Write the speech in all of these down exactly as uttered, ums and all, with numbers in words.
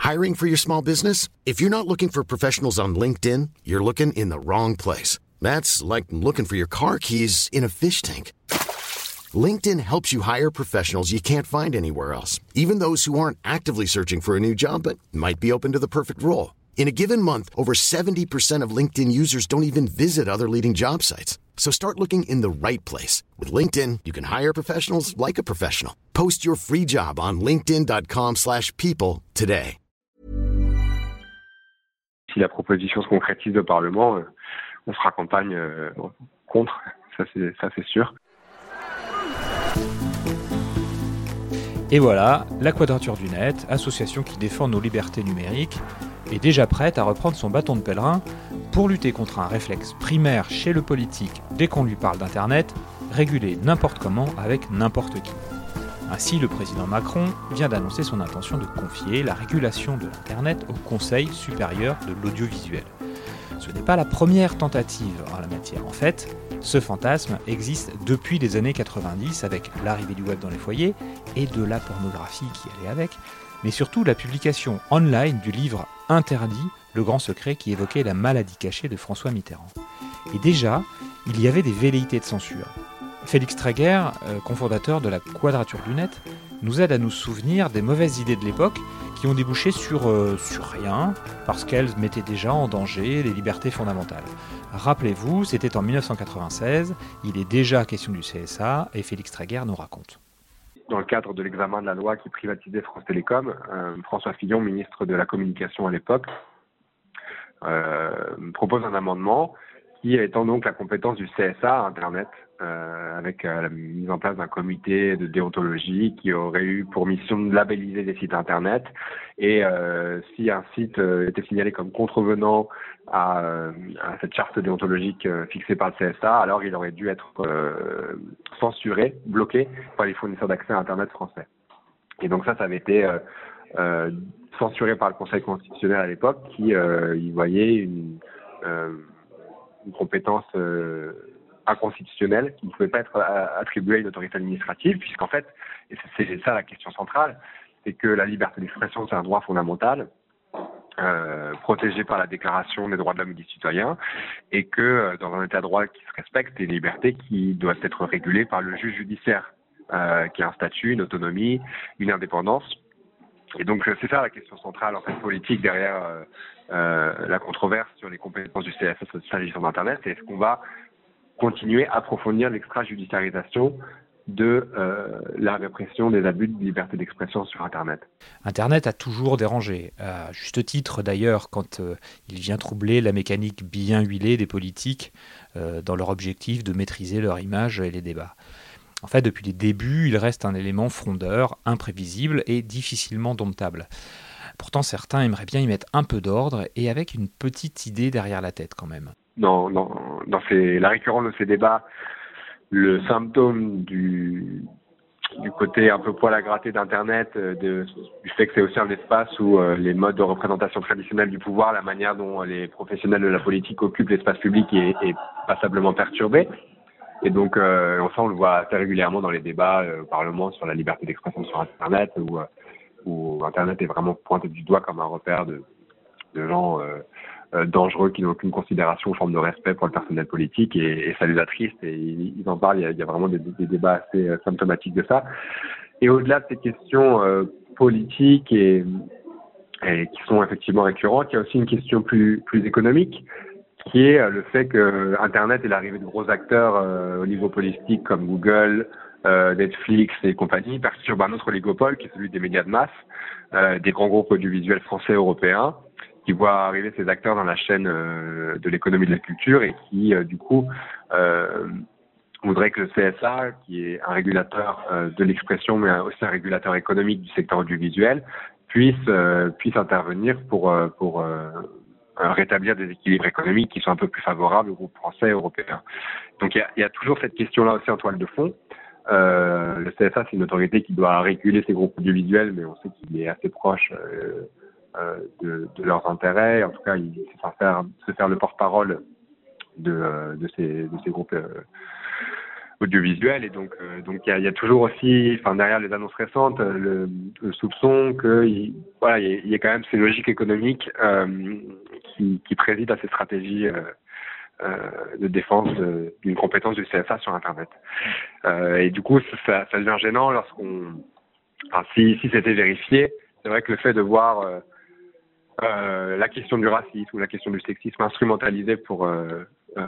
Hiring for your small business? If you're not looking for professionals on LinkedIn, you're looking in the wrong place. That's like looking for your car keys in a fish tank. LinkedIn helps you hire professionals you can't find anywhere else, even those who aren't actively searching for a new job but might be open to the perfect role. In a given month, over seventy percent of LinkedIn users don't even visit other leading job sites. So start looking in the right place. With LinkedIn, you can hire professionals like a professional. Post your free job on linkedin.com slash people today. Si la proposition se concrétise au Parlement, on fera campagne contre, ça c'est, ça c'est sûr. Et voilà, la Quadrature du Net, association qui défend nos libertés numériques, est déjà prête à reprendre son bâton de pèlerin pour lutter contre un réflexe primaire chez le politique dès qu'on lui parle d'Internet, réguler n'importe comment avec n'importe qui. Ainsi, le président Macron vient d'annoncer son intention de confier la régulation de l'Internet au Conseil supérieur de l'audiovisuel. Ce n'est pas la première tentative en la matière. En fait, ce fantasme existe depuis les années quatre-vingt-dix avec l'arrivée du web dans les foyers et de la pornographie qui allait avec, mais surtout la publication online du livre Interdit, le grand secret qui évoquait la maladie cachée de François Mitterrand. Et déjà, il y avait des velléités de censure. Félix Traeger, euh, cofondateur de la Quadrature du Net, nous aide à nous souvenir des mauvaises idées de l'époque qui ont débouché sur, euh, sur rien, parce qu'elles mettaient déjà en danger les libertés fondamentales. Rappelez-vous, c'était en dix-neuf cent quatre-vingt-seize, il est déjà question du C S A, et Félix Traeger nous raconte. Dans le cadre de l'examen de la loi qui privatisait France Télécom, euh, François Fillon, ministre de la Communication à l'époque, euh, propose un amendement qui étend donc la compétence du C S A à Internet, euh, avec euh, la mise en place d'un comité de déontologie qui aurait eu pour mission de labelliser des sites Internet. Et euh, si un site euh, était signalé comme contrevenant à, euh, à cette charte déontologique euh, fixée par le C S A, alors il aurait dû être euh, censuré, bloqué par les fournisseurs d'accès à Internet français. Et donc ça, ça avait été euh, euh, censuré par le Conseil constitutionnel à l'époque, qui euh, y voyait une, euh, une compétence euh, inconstitutionnelle qui ne pouvait pas être attribuée à une autorité administrative, puisqu'en fait, et c'est, c'est ça la question centrale, c'est que la liberté d'expression, c'est un droit fondamental, euh, protégé par la Déclaration des droits de l'homme et du citoyen, et que euh, dans un état de droit qui se respecte, c'est une liberté qui doit être régulée par le juge judiciaire, euh, qui a un statut, une autonomie, une indépendance. Et donc c'est ça la question centrale en fait politique derrière euh, euh, la controverse sur les compétences du C S A s'agissant d'Internet, c'est est-ce qu'on va continuer à approfondir l'extrajudiciarisation de euh, la répression des abus de liberté d'expression sur Internet. Internet a toujours dérangé, à juste titre d'ailleurs quand euh, il vient troubler la mécanique bien huilée des politiques euh, dans leur objectif de maîtriser leur image et les débats. En fait, depuis les débuts, il reste un élément frondeur, imprévisible et difficilement domptable. Pourtant, certains aimeraient bien y mettre un peu d'ordre et avec une petite idée derrière la tête quand même. Dans, dans, dans ces, la récurrence de ces débats, le symptôme du, du côté un peu poil à gratter d'Internet, de, du fait que c'est aussi un espace où euh, les modes de représentation traditionnels du pouvoir, la manière dont les professionnels de la politique occupent l'espace public est, est passablement perturbée. Et donc, euh, enfin, on le voit assez régulièrement dans les débats euh, au Parlement sur la liberté d'expression sur Internet, où, euh, où Internet est vraiment pointé du doigt comme un repère de, de gens euh, euh, dangereux qui n'ont aucune considération ou forme de respect pour le personnel politique, et, et ça les attriste, et ils, ils en parlent, il y a, il y a vraiment des, des débats assez euh, symptomatiques de ça. Et au-delà de ces questions euh, politiques et, et qui sont effectivement récurrentes, il y a aussi une question plus, plus économique, qui est le fait que Internet et l'arrivée de gros acteurs euh, au niveau politique comme Google, euh, Netflix et compagnie perturbent un autre oligopole qui est celui des médias de masse, euh, des grands groupes audiovisuels français et européens, qui voient arriver ces acteurs dans la chaîne euh, de l'économie de la culture et qui, euh, du coup, euh, voudraient que le C S A, qui est un régulateur euh, de l'expression, mais aussi un régulateur économique du secteur audiovisuel, puisse, euh, puisse intervenir pour... Euh, pour euh, rétablir des équilibres économiques qui sont un peu plus favorables aux groupes français et européens. Donc il y a, il y a toujours cette question-là aussi en toile de fond. Euh, le C S A, c'est une autorité qui doit réguler ces groupes audiovisuels, mais on sait qu'il est assez proche euh, euh, de, de leurs intérêts. En tout cas, il sait faire, se faire le porte-parole de, euh, de, ces, de ces groupes euh, audiovisuel. Et donc, euh, donc il y a, y a toujours aussi, enfin derrière les annonces récentes, le, le soupçon que il, voilà, il y, y a quand même ces logiques économiques euh, qui, qui président à ces stratégies euh, euh, de défense de, d'une compétence du C S A sur Internet. Euh, et du coup, ça, ça devient gênant lorsqu'on, enfin, si, si c'était vérifié, c'est vrai que le fait de voir euh, euh, la question du racisme ou la question du sexisme instrumentalisée pour euh, euh,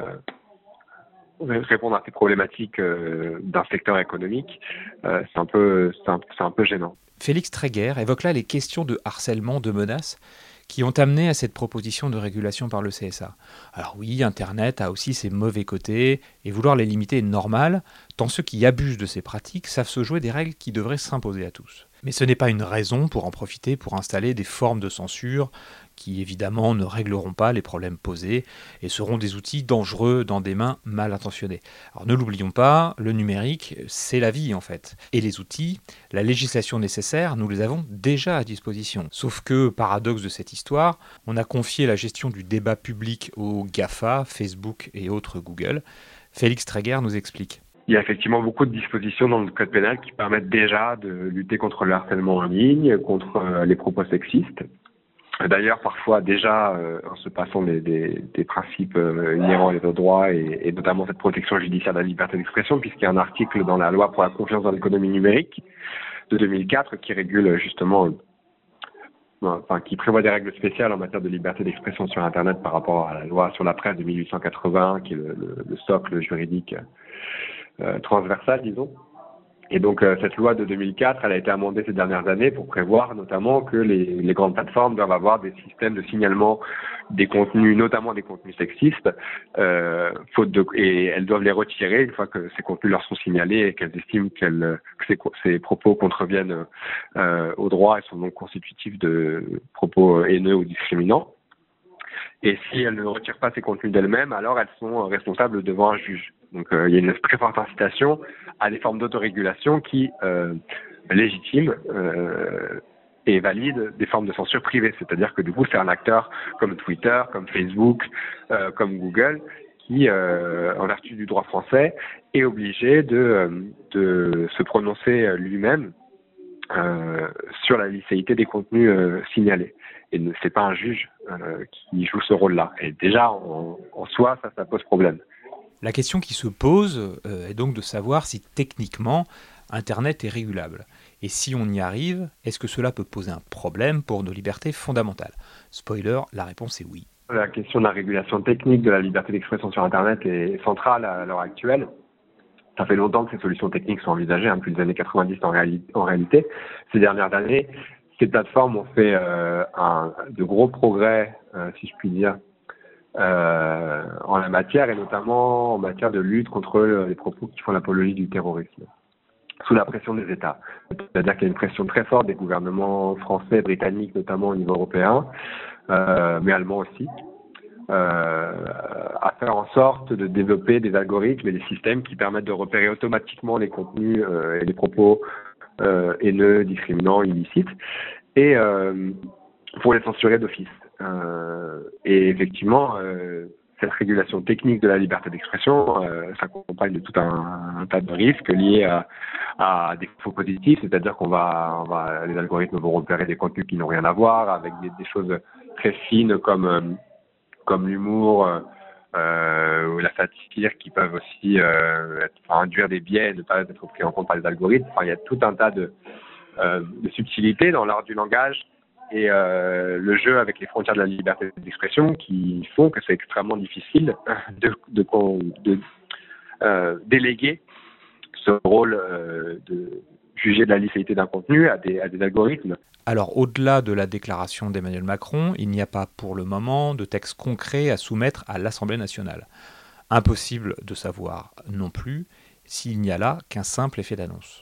répondre à ces problématiques euh, d'un secteur économique, euh, c'est un peu, c'est un, c'est un peu gênant. Félix Tréguer évoque là les questions de harcèlement, de menaces qui ont amené à cette proposition de régulation par le C S A. Alors oui, Internet a aussi ses mauvais côtés, et vouloir les limiter est normal, tant ceux qui abusent de ces pratiques savent se jouer des règles qui devraient s'imposer à tous. Mais ce n'est pas une raison pour en profiter pour installer des formes de censure qui évidemment ne régleront pas les problèmes posés et seront des outils dangereux dans des mains mal intentionnées. Alors ne l'oublions pas, le numérique, c'est la vie en fait. Et les outils, la législation nécessaire, nous les avons déjà à disposition. Sauf que, paradoxe de cette histoire, on a confié la gestion du débat public aux GAFA, Facebook et autres Google. Félix Tréguer nous explique. Il y a effectivement beaucoup de dispositions dans le code pénal qui permettent déjà de lutter contre le harcèlement en ligne, contre euh, les propos sexistes. D'ailleurs, parfois déjà, euh, en se passant des, des, des principes euh, inhérents à l'état de droit et, et notamment cette protection judiciaire de la liberté d'expression, puisqu'il y a un article dans la loi pour la confiance dans l'économie numérique de deux mille quatre qui régule justement, euh, enfin qui prévoit des règles spéciales en matière de liberté d'expression sur Internet par rapport à la loi sur la presse de mille huit cent quatre-vingts, qui est le, le, le socle juridique euh, transversal, disons. Et donc euh, cette loi de deux mille quatre, elle a été amendée ces dernières années pour prévoir notamment que les, les grandes plateformes doivent avoir des systèmes de signalement des contenus, notamment des contenus sexistes, euh, faute de, et elles doivent les retirer une fois que ces contenus leur sont signalés et qu'elles estiment qu'elles, que ces, ces propos contreviennent euh, au droit et sont donc constitutifs de propos haineux ou discriminants. Et si elles ne retirent pas ces contenus d'elles-mêmes, alors elles sont responsables devant un juge. Donc euh, il y a une très forte incitation à des formes d'autorégulation qui euh, légitiment euh, et valident des formes de censure privée. C'est-à-dire que du coup c'est un acteur comme Twitter, comme Facebook, euh, comme Google qui, euh, en vertu du droit français, est obligé de, de se prononcer lui-même euh, sur la licéité des contenus euh, signalés. Et ce n'est pas un juge euh, qui joue ce rôle-là. Et déjà, en, en soi, ça, ça pose problème. La question qui se pose euh, est donc de savoir si techniquement Internet est régulable. Et si on y arrive, est-ce que cela peut poser un problème pour nos libertés fondamentales ? Spoiler, la réponse est oui. La question de la régulation technique de la liberté d'expression sur Internet est centrale à l'heure actuelle. Ça fait longtemps que ces solutions techniques sont envisagées, hein, depuis les années quatre-vingt-dix en, réali- en réalité. Ces dernières années, ces plateformes ont fait euh, un, de gros progrès, euh, si je puis dire, euh, en la matière, et notamment en matière de lutte contre les propos qui font l'apologie du terrorisme, sous la pression des États. C'est-à-dire qu'il y a une pression très forte des gouvernements français, britanniques, notamment au niveau européen, euh, mais allemands aussi, euh, à faire en sorte de développer des algorithmes et des systèmes qui permettent de repérer automatiquement les contenus euh, et les propos euh, haineux, discriminants, illicites, et euh, pour les censurer d'office. Euh, et effectivement, euh, cette régulation technique de la liberté d'expression euh, s'accompagne de tout un, un tas de risques liés à, à des faux positifs, c'est-à-dire qu'on va, on va, les algorithmes vont repérer des contenus qui n'ont rien à voir, avec des, des choses très fines comme euh, comme l'humour euh, ou la satire, qui peuvent aussi euh, être, enfin, induire des biais et ne pas être pris en compte par les algorithmes. Enfin, il y a tout un tas de, euh, de subtilités dans l'art du langage et euh, le jeu avec les frontières de la liberté d'expression qui font que c'est extrêmement difficile de, de, de, de euh, déléguer ce rôle euh, de juger de la licéité d'un contenu à des, à des algorithmes. Alors, au-delà de la déclaration d'Emmanuel Macron, il n'y a pas pour le moment de texte concret à soumettre à l'Assemblée nationale. Impossible de savoir non plus s'il n'y a là qu'un simple effet d'annonce.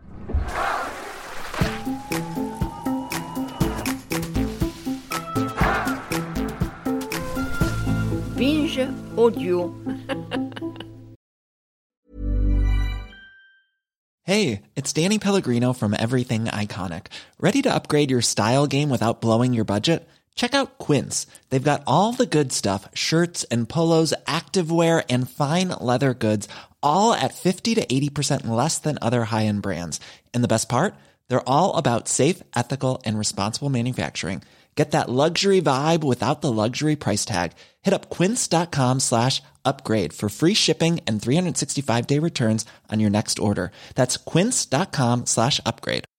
Binge audio. Hey, it's Danny Pellegrino from Everything Iconic. Ready to upgrade your style game without blowing your budget? Check out Quince. They've got all the good stuff, shirts and polos, activewear, and fine leather goods, all at fifty to eighty percent less than other high-end brands. And the best part? They're all about safe, ethical, and responsible manufacturing. Get that luxury vibe without the luxury price tag. Hit up quince.com slash upgrade for free shipping and three sixty-five day returns on your next order. That's quince.com slash upgrade.